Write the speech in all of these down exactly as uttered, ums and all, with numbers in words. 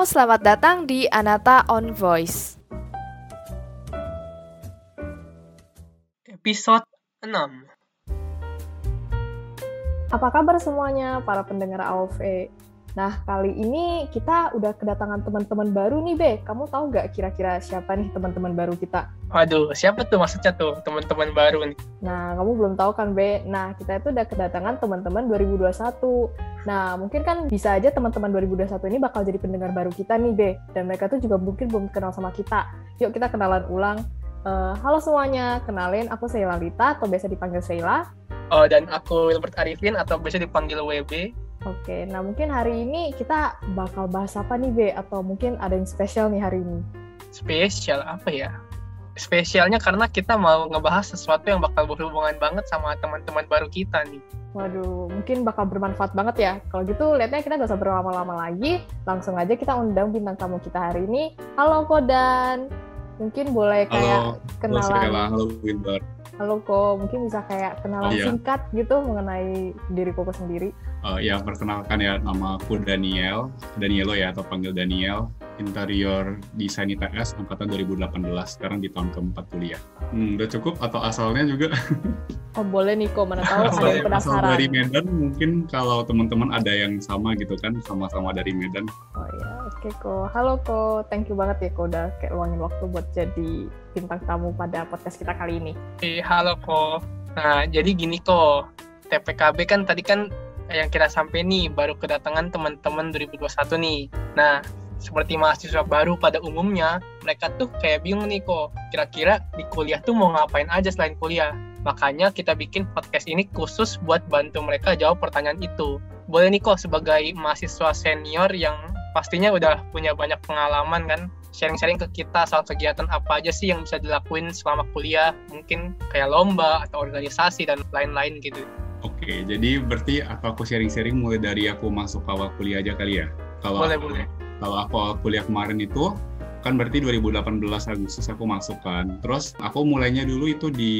Halo, selamat datang di Anata on Voice. Episode enam. Apa kabar semuanya para pendengar A O V? Nah, kali ini kita udah kedatangan teman-teman baru nih, Be. Kamu tahu nggak kira-kira siapa nih teman-teman baru kita? Waduh, siapa tuh maksudnya tuh teman-teman baru nih? Nah, kamu belum tahu kan, Be? Nah, kita itu udah kedatangan teman-teman dua ribu dua puluh satu. Nah, mungkin kan bisa aja teman-teman dua ribu dua puluh satu ini bakal jadi pendengar baru kita nih, Be. Dan mereka tuh juga mungkin belum kenal sama kita. Yuk kita kenalan ulang. Uh, halo semuanya, kenalin aku Sheila Lita atau biasa dipanggil Sheila. Oh, dan aku Wilbert Arifin atau biasa dipanggil W B. Oke, nah mungkin hari ini kita bakal bahas apa nih, Be? Atau mungkin ada yang spesial nih hari ini? Spesial apa ya? Spesialnya karena kita mau ngebahas sesuatu yang bakal berhubungan banget sama teman-teman baru kita nih. Waduh, mungkin bakal bermanfaat banget ya. Kalau gitu, lihatnya kita gak usah berlama-lama lagi. Langsung aja kita undang bintang tamu kita hari ini. Halo Kodan, mungkin boleh kayak halo, kenalan. Halo Sheila, halo Wilbert. Halo Ko, mungkin bisa kayak kenalan oh, iya. singkat gitu mengenai diri Koko sendiri. Uh, ya, perkenalkan ya, nama aku Daniel, Danielo ya, atau panggil Daniel, interior desain I T S, angkatan dua ribu delapan belas, sekarang di tahun keempat kuliah. Hmm, udah cukup atau asalnya juga? Oh boleh nih Ko, mana tahu ada yang penasaran. Asal dari Medan, mungkin kalau teman-teman ada yang sama gitu kan, sama-sama dari Medan. Oh iya, oke Ko. Halo Ko, thank you banget ya Ko udah kayak luangin waktu buat jadi bintang tamu pada podcast kita kali ini. Eh, halo Ko. Nah, jadi gini Ko, T P K B kan tadi kan yang kita sampai nih, baru kedatangan teman-teman dua ribu dua puluh satu nih. Nah, seperti mahasiswa baru pada umumnya, mereka tuh kayak bingung nih Ko, kira-kira di kuliah tuh mau ngapain aja selain kuliah. Makanya kita bikin podcast ini khusus buat bantu mereka jawab pertanyaan itu. Boleh nih Ko, sebagai mahasiswa senior yang pastinya udah punya banyak pengalaman kan, sharing-sharing ke kita soal kegiatan apa aja sih yang bisa dilakuin selama kuliah, mungkin kayak lomba atau organisasi dan lain-lain gitu. Oke, jadi berarti atau aku sharing-sharing mulai dari aku masuk awal kuliah aja kali ya? Kalau boleh, aku, boleh. Kalau aku awal kuliah kemarin itu, kan berarti dua ribu delapan belas Agustus aku masuk kan. Terus aku mulainya dulu itu di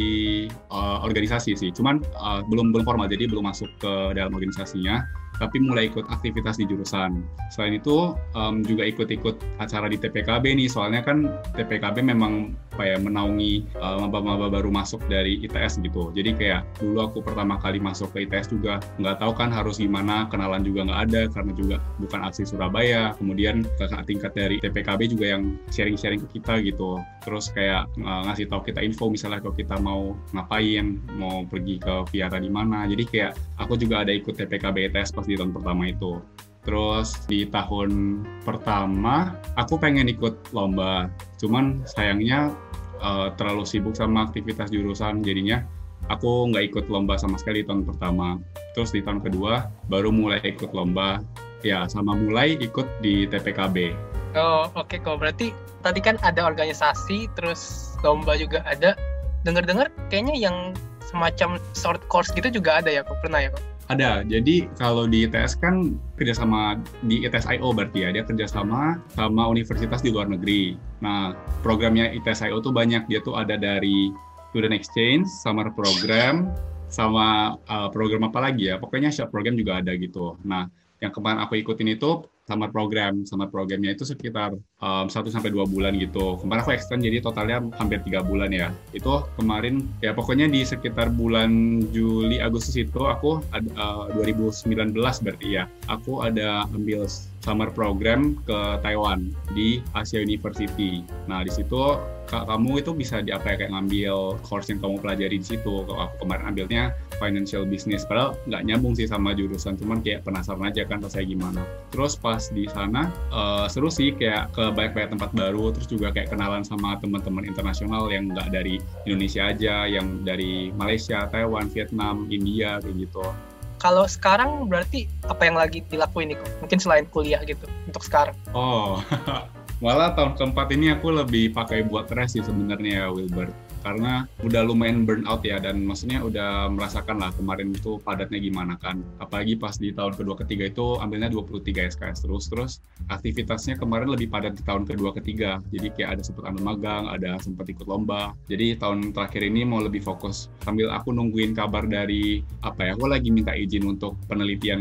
uh, organisasi sih, cuman uh, belum belum formal, jadi belum masuk ke dalam organisasinya, tapi mulai ikut aktivitas di jurusan. Selain itu um, juga ikut-ikut acara di T P K B nih, soalnya kan T P K B memang kayak menaungi uh, maba-maba baru masuk dari I T S gitu. Jadi kayak dulu aku pertama kali masuk ke I T S juga nggak tahu kan harus gimana, kenalan juga nggak ada karena juga bukan asli Surabaya. Kemudian kakak tingkat dari T P K B juga yang sharing-sharing ke kita gitu. Terus kayak uh, ngasih tahu kita info misalnya kalau kita mau ngapain, mau pergi ke Viara di mana. Jadi kayak aku juga ada ikut T P K B I T S pas di tahun pertama itu. Terus di tahun pertama aku pengen ikut lomba, cuman sayangnya uh, terlalu sibuk sama aktivitas jurusan, jadinya aku nggak ikut lomba sama sekali di tahun pertama. Terus di tahun kedua baru mulai ikut lomba, ya sama mulai ikut di T P K B. Oh oke okay, kok, berarti tadi kan ada organisasi, terus lomba juga ada. Dengar-dengar kayaknya yang semacam short course gitu juga ada ya kok, pernah ya kok? Ada, jadi kalau di I T S kan kerjasama di I T S I O berarti ya, dia kerjasama sama universitas di luar negeri. Nah, programnya I T S I O tuh banyak, dia tuh ada dari student exchange, summer program, sama uh, program apa lagi ya, pokoknya short program juga ada gitu. Nah, yang kemarin aku ikutin itu summer program, summer programnya itu sekitar um, satu sampai dua bulan gitu. Kemarin aku extend jadi totalnya hampir tiga bulan ya. Itu kemarin ya pokoknya di sekitar bulan Juli Agustus itu aku uh, dua ribu sembilan belas berarti ya. Aku ada ambil summer program ke Taiwan di Asia University. Nah, di situ kamu itu bisa di apa ya, kayak ngambil course yang kamu pelajari di situ. Kalau aku kemarin ambilnya financial business, padahal nggak nyambung sih sama jurusan, cuman kayak penasaran aja kan rasanya gimana. Terus pas di sana uh, seru sih, kayak ke banyak-banyak tempat baru, terus juga kayak kenalan sama teman-teman internasional yang nggak dari Indonesia aja, yang dari Malaysia, Taiwan, Vietnam, India kayak gitu. Kalau sekarang berarti apa yang lagi dilakuin nih kok? Mungkin selain kuliah gitu untuk sekarang. Oh, malah tahun keempat ini aku lebih pakai buat rest sih sebenarnya ya Wilbert. Karena udah lumayan burn out ya, dan maksudnya udah merasakan lah kemarin itu padatnya gimana kan. Apalagi pas di tahun kedua ketiga itu ambilnya dua puluh tiga S K S terus, terus aktivitasnya kemarin lebih padat di tahun kedua ketiga. Jadi kayak ada sempat ambil magang, ada sempat ikut lomba. Jadi tahun terakhir ini mau lebih fokus sambil aku nungguin kabar dari apa ya, aku lagi minta izin untuk penelitian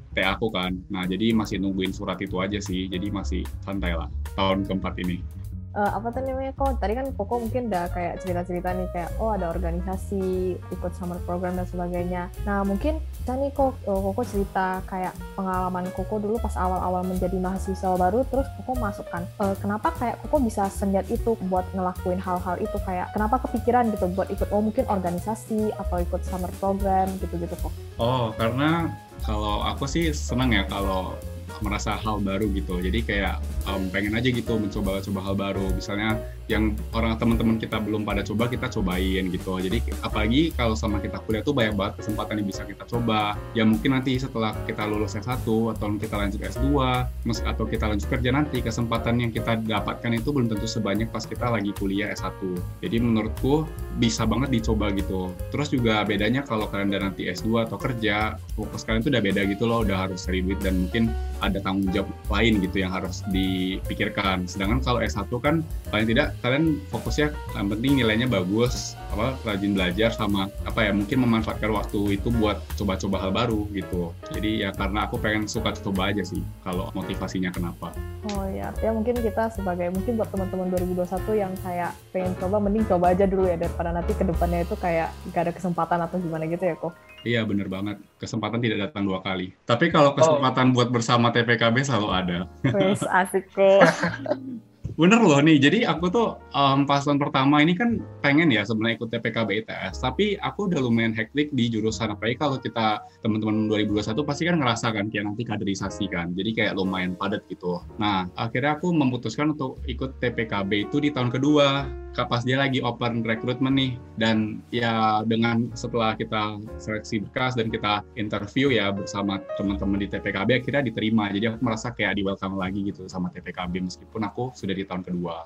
T A aku kan. Nah, jadi masih nungguin surat itu aja sih. Jadi masih santai lah tahun keempat ini. Uh, apa tuh namanya kok? Tadi kan Koko mungkin udah kayak cerita-cerita nih kayak oh ada organisasi, ikut summer program dan sebagainya. Nah mungkin bisa nih kok Koko cerita kayak pengalaman Koko dulu pas awal-awal menjadi mahasiswa baru, terus Koko masuk kan. Uh, kenapa kayak Koko bisa seniat itu buat ngelakuin hal-hal itu, kayak kenapa kepikiran gitu buat ikut oh mungkin organisasi atau ikut summer program gitu-gitu kok? Oh karena kalau aku sih senang ya kalau merasa hal baru gitu, jadi kayak um, pengen aja gitu mencoba-coba hal baru, misalnya yang orang teman-teman kita belum pada coba kita cobain gitu. Jadi apalagi kalau sama kita kuliah tuh banyak banget kesempatan yang bisa kita coba. Ya mungkin nanti setelah kita lulus S satu atau kita lanjut S dua atau kita lanjut kerja nanti, kesempatan yang kita dapatkan itu belum tentu sebanyak pas kita lagi kuliah S satu. Jadi menurutku bisa banget dicoba gitu. Terus juga bedanya kalau kalian udah nanti S dua atau kerja, fokus kalian tuh udah beda gitu loh, udah harus cari duit dan mungkin ada tanggung jawab lain gitu yang harus dipikirkan. Sedangkan kalau S satu kan paling tidak kalian fokusnya yang penting nilainya bagus, apa rajin belajar sama apa ya mungkin memanfaatkan waktu itu buat coba-coba hal baru gitu. Jadi ya karena aku pengen suka coba aja sih kalau motivasinya kenapa. Oh ya, ya mungkin kita sebagai mungkin buat teman-teman dua ribu dua puluh satu yang kayak pengen coba, mending coba aja dulu ya daripada nanti ke depannya itu kayak gak ada kesempatan atau gimana gitu ya kok. Iya bener banget, kesempatan tidak datang dua kali. Tapi kalau kesempatan oh. buat bersama T P K B selalu ada. Wes asik kok. Bener loh nih, jadi aku tuh um, pas tahun pertama ini kan pengen ya sebenarnya ikut T P K B I T S, tapi aku udah lumayan hektik di jurusan, apalagi kalau kita teman-teman dua ribu dua puluh satu pasti kan ngerasa kan kayak nanti kaderisasi kan, jadi kayak lumayan padat gitu. Nah akhirnya aku memutuskan untuk ikut T P K B itu di tahun kedua, pas dia lagi open recruitment nih, dan ya dengan setelah kita seleksi berkas dan kita interview ya bersama teman-teman di T P K B akhirnya diterima, jadi aku merasa kayak di welcome lagi gitu sama T P K B meskipun aku sudah di tahun kedua.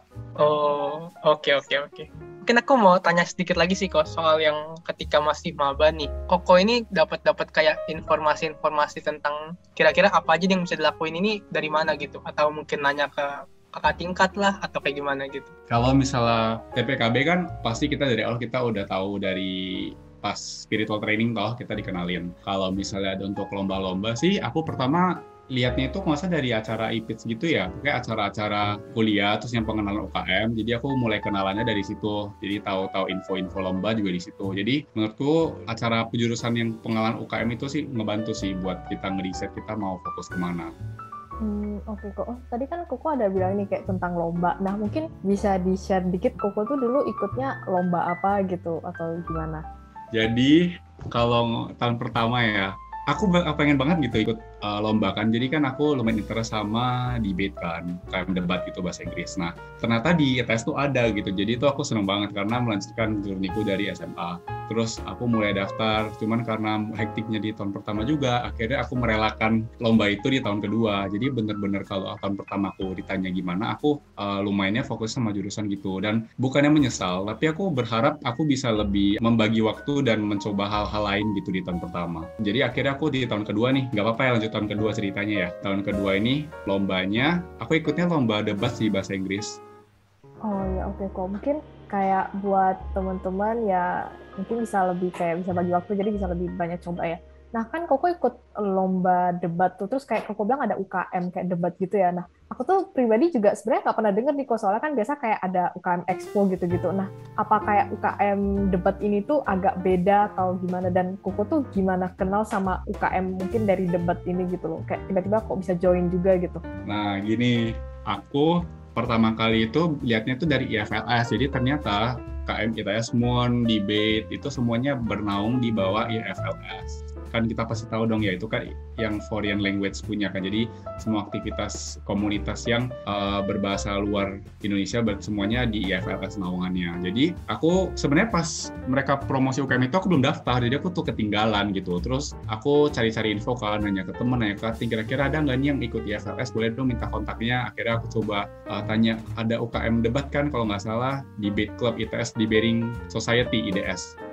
Oh, oke okay, oke okay, oke. Okay. Mungkin aku mau tanya sedikit lagi sih kok soal yang ketika masih maba nih. Koko ini dapat dapat kayak informasi-informasi tentang kira-kira apa aja yang bisa dilakuin ini dari mana gitu, atau mungkin nanya ke kakak tingkat lah atau kayak gimana gitu. Kalau misalnya T P K B kan pasti kita dari awal kita udah tahu dari pas spiritual training toh kita dikenalin. Kalau misalnya ada untuk lomba-lomba sih aku pertama lihatnya itu masa dari acara I P I T S gitu ya, kayak acara-acara kuliah terus yang pengenalan U K M. Jadi aku mulai kenalannya dari situ. Jadi tahu-taau info-info lomba juga di situ. Jadi menurutku acara penjurusan yang pengenalan U K M itu sih ngebantu sih buat kita ngeriset kita mau fokus kemana. Hmm, oke okay, kok. Oh, tadi kan Koko ada bilang nih kayak tentang lomba. Nah, mungkin bisa di-share dikit Koko tuh dulu ikutnya lomba apa gitu atau gimana? Jadi, kalau tahun pertama ya, aku pengen banget gitu ikut uh, lomba kan. Jadi kan aku lumayan interest sama debate kan, kayak debat gitu bahasa Inggris. Nah, ternyata di I T S tuh ada gitu. Jadi itu aku seneng banget karena melanjutkan journey-ku dari S M A. Terus aku mulai daftar, cuman karena hektiknya di tahun pertama juga, akhirnya aku merelakan lomba itu di tahun kedua. Jadi bener-bener kalau tahun pertama aku ditanya gimana, aku uh, lumayannya fokus sama jurusan gitu. Dan bukannya menyesal, tapi aku berharap aku bisa lebih membagi waktu dan mencoba hal-hal lain gitu di tahun pertama. Jadi akhirnya aku di tahun kedua nih, nggak apa-apa ya lanjut tahun kedua ceritanya ya. Tahun kedua ini lombanya, aku ikutnya lomba debat sih bahasa Inggris. Oh ya oke okay, kok. Mungkin kayak buat teman-teman ya mungkin bisa lebih kayak bisa bagi waktu jadi bisa lebih banyak coba ya. Nah kan Koko ikut lomba debat tuh, terus kayak Koko bilang ada U K M kayak debat gitu ya. Nah aku tuh pribadi juga sebenarnya nggak pernah denger nih kok, soalnya kan biasa kayak ada U K M Expo gitu-gitu. Nah apa kayak U K M debat ini tuh agak beda atau gimana, dan Koko tuh gimana kenal sama U K M mungkin dari debat ini gitu loh, kayak tiba-tiba kok bisa join juga gitu. Nah gini, aku pertama kali itu lihatnya tuh dari I F L S, jadi ternyata K M I T S, M U N, debate itu semuanya bernaung di bawah I F L S. Kan kita pasti tahu dong ya itu kan yang foreign language punya kan, jadi semua aktivitas komunitas yang uh, berbahasa luar Indonesia semuanya di I F L S naungannya. Jadi aku sebenarnya pas mereka promosi U K M itu aku belum daftar, jadi aku tuh ketinggalan gitu. Terus aku cari-cari info kan, nanya ke temen, nanya ke ting, kira-kira ada nggak nih yang ikut I F L S, boleh dong minta kontaknya. Akhirnya aku coba uh, tanya, ada U K M debat kan kalau nggak salah, debate club I T S di Bering Society I D S.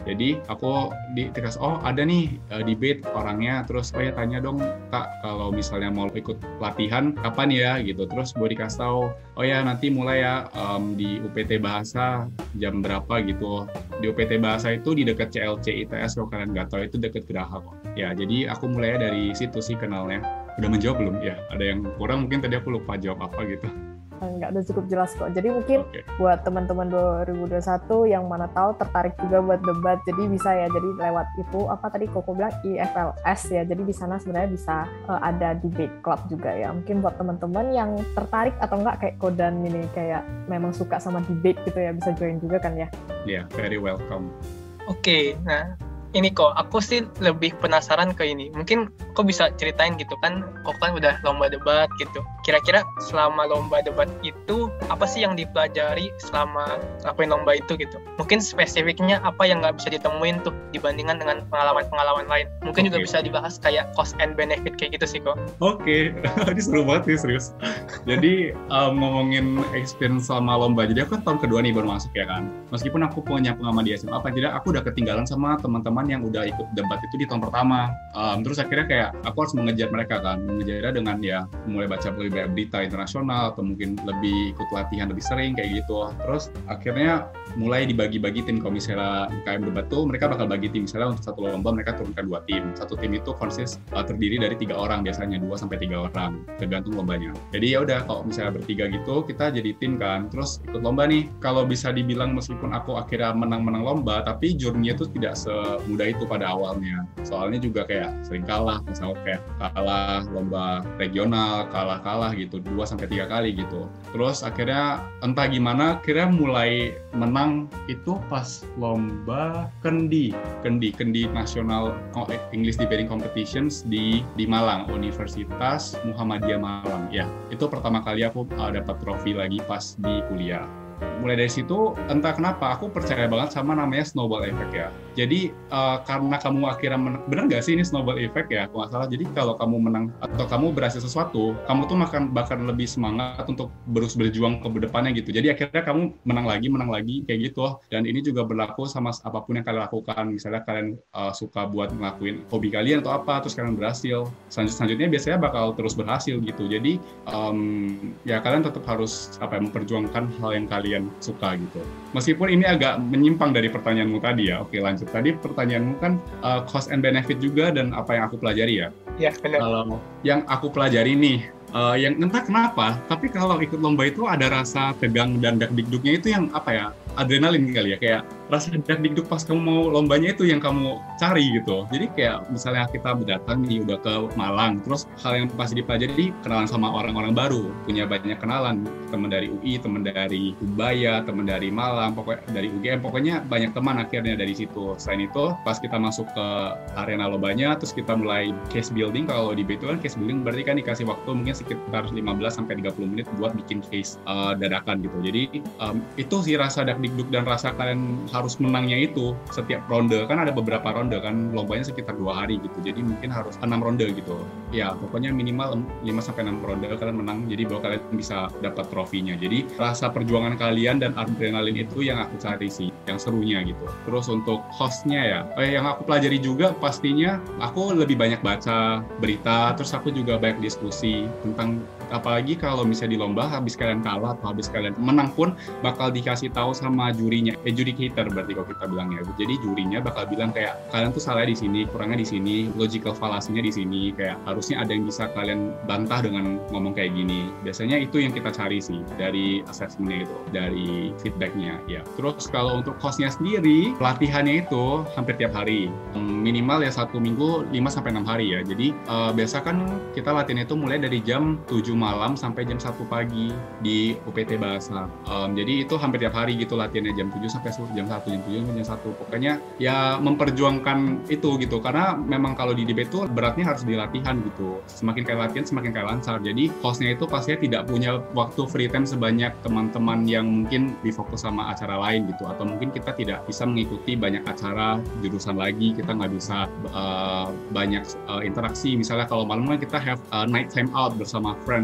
Jadi aku di dikasih, oh ada nih uh, debate orangnya, terus oh ya tanya dong Kak, kalau misalnya mau ikut latihan kapan ya gitu. Terus gue dikasih tahu, oh ya nanti mulai ya um, di U P T Bahasa jam berapa gitu. Di U P T Bahasa itu di dekat C L C I T S, kalau kalian nggak tahu itu dekat Geraha kok. Ya jadi aku mulai dari situ sih kenalnya. Udah menjawab belum? Ya, ada yang kurang mungkin tadi aku lupa jawab apa gitu. Nggak, udah cukup jelas kok. Jadi mungkin okay. buat teman-teman dua ribu dua puluh satu yang mana tahu tertarik juga buat debat, jadi bisa ya. Jadi lewat itu apa tadi Koko bilang I F L S ya. Jadi di sana sebenarnya bisa uh, ada debate club juga ya. Mungkin buat teman-teman yang tertarik atau enggak kayak Kodan ini kayak memang suka sama debate gitu ya, bisa join juga kan ya. Ya, yeah, very welcome. Oke, okay, nah ini kok, aku sih lebih penasaran ke ini. Mungkin kok bisa ceritain gitu kan, kok kan udah lomba debat gitu. Kira-kira selama lomba debat itu, apa sih yang dipelajari selama lakuin lomba itu gitu? Mungkin spesifiknya apa yang nggak bisa ditemuin tuh dibandingkan dengan pengalaman-pengalaman lain. Mungkin okay. juga bisa dibahas kayak cost and benefit kayak gitu sih kok. Oke, okay. Ini seru banget nih serius. Jadi um, ngomongin experience selama lomba, jadi aku kan tahun kedua nih baru masuk ya kan. Meskipun aku punya pengalaman di S M A, apa tidak aku udah ketinggalan sama teman-teman yang udah ikut debat itu di tahun pertama. Um, terus akhirnya kayak aku harus mengejar mereka kan, mengejarnya dengan ya mulai baca lebih banyak berita internasional atau mungkin lebih ikut latihan lebih sering kayak gitu. Terus akhirnya mulai dibagi-bagi tim. Kalau misalnya K M debat tuh mereka bakal bagi tim. Misalnya untuk satu lomba mereka turunkan dua tim. Satu tim itu konsis uh, terdiri dari tiga orang biasanya, dua sampai tiga orang tergantung lombanya. Jadi ya udah kalau misalnya bertiga gitu kita jadi tim kan. Terus ikut lomba nih. Kalau bisa dibilang meskipun aku akhirnya menang-menang lomba, tapi journey-nya tuh tidak se mudah itu pada awalnya. Soalnya juga kayak sering kalah, misalnya kayak kalah lomba regional, kalah-kalah gitu, dua sampai tiga kali gitu. Terus akhirnya entah gimana, akhirnya mulai menang itu pas lomba Kendi, Kendi, Kendi National English Debating Competitions di di Malang, Universitas Muhammadiyah Malang. Ya, itu pertama kali aku uh, dapat trofi lagi pas di kuliah. Mulai dari situ, entah kenapa aku percaya banget sama namanya snowball effect ya. Jadi uh, karena kamu akhirnya menang, benar nggak sih ini snowball effect ya? Kalau nggak salah. Jadi kalau kamu menang atau kamu berhasil sesuatu, kamu tuh makan bahkan lebih semangat untuk terus berjuang ke depannya gitu. Jadi akhirnya kamu menang lagi, menang lagi kayak gitu. Dan ini juga berlaku sama apapun yang kalian lakukan. Misalnya kalian uh, suka buat ngelakuin hobi kalian atau apa, terus kalian berhasil. Selanjut selanjutnya biasanya bakal terus berhasil gitu. Jadi um, ya kalian tetap harus apa ya, memperjuangkan hal yang kalian yang suka gitu. Meskipun ini agak menyimpang dari pertanyaanmu tadi ya. Oke, lanjut. Tadi pertanyaanmu kan uh, cost and benefit juga dan apa yang aku pelajari ya. Iya, benar. Kalau yang aku pelajari nih, uh, yang entah kenapa, tapi kalau ikut lomba itu ada rasa tegang dan dak-dikduknya itu yang apa ya? Adrenalin kali ya, kayak rasa dak-dikduk pas kamu mau lombanya itu yang kamu cari gitu. Jadi kayak misalnya kita berdatang nih udah ke Malang, terus hal yang pasti dipelajari kenalan sama orang-orang baru, punya banyak kenalan, teman dari U I, teman dari Ubaya, teman dari Malang, pokoknya dari U G M, pokoknya banyak teman akhirnya dari situ. Selain itu, pas kita masuk ke arena lombanya, terus kita mulai case building. Kalau di B itu kan case building berarti kan dikasih waktu mungkin sekitar lima belas sampai tiga puluh menit buat bikin case uh, dadakan gitu. Jadi um, itu sih rasa dak-dikduk dan rasa kalian harus menangnya itu setiap ronde, kan ada beberapa ronde kan, lombanya sekitar dua hari gitu, jadi mungkin harus enam ronde gitu ya, pokoknya minimal lima sampai enam ronde kalian menang, jadi baru kalian bisa dapat trofinya. Jadi rasa perjuangan kalian dan adrenalin itu yang aku cari sih, yang serunya gitu. Terus untuk hostnya ya, eh, yang aku pelajari juga pastinya aku lebih banyak baca berita, terus aku juga banyak diskusi tentang, apalagi kalau misalnya di lomba habis kalian kalah atau habis kalian menang pun bakal dikasih tahu sama jurinya, eh judicator berarti kalau kita bilangnya. Jadi jurinya bakal bilang kayak kalian tuh salah di sini, kurangnya di sini, logical fallacy-nya di sini, kayak harusnya ada yang bisa kalian bantah dengan ngomong kayak gini. Biasanya itu yang kita cari sih dari assessment-nya itu, dari feedback-nya ya. Terus kalau untuk cost-nya sendiri, pelatihannya itu hampir tiap hari. Minimal ya satu minggu lima sampai enam hari ya. Jadi uh, biasa kan kita latihan itu mulai dari jam tujuh malam sampai jam satu pagi di U P T Bahasa. Um, jadi itu hampir tiap hari gitu latihannya, jam tujuh sampai jam satu, jam tujuh sampai jam satu. Pokoknya ya memperjuangkan itu gitu. Karena memang kalau di debate itu beratnya harus di latihan gitu. Semakin kalian latihan semakin kalian lancar. Jadi hostnya itu pastinya tidak punya waktu free time sebanyak teman-teman yang mungkin difokus sama acara lain gitu. Atau mungkin kita tidak bisa mengikuti banyak acara jurusan lagi, kita nggak bisa uh, banyak uh, interaksi. Misalnya kalau malam kan kita have uh, night time out bersama friends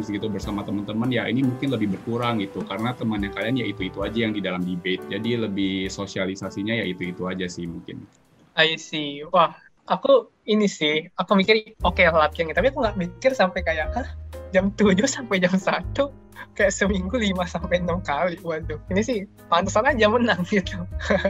interaksi gitu bersama teman-teman ya ini mungkin lebih berkurang gitu karena temannya kalian ya itu-itu aja yang di dalam debate. Jadi lebih sosialisasinya ya itu-itu aja sih mungkin. I see. Wah, aku ini sih, aku mikir oke okay, latihan, tapi aku nggak mikir sampai kayak hah, jam tujuh sampai jam satu kayak seminggu lima sampai enam kali. Waduh, ini sih pantesan aja menang gitu.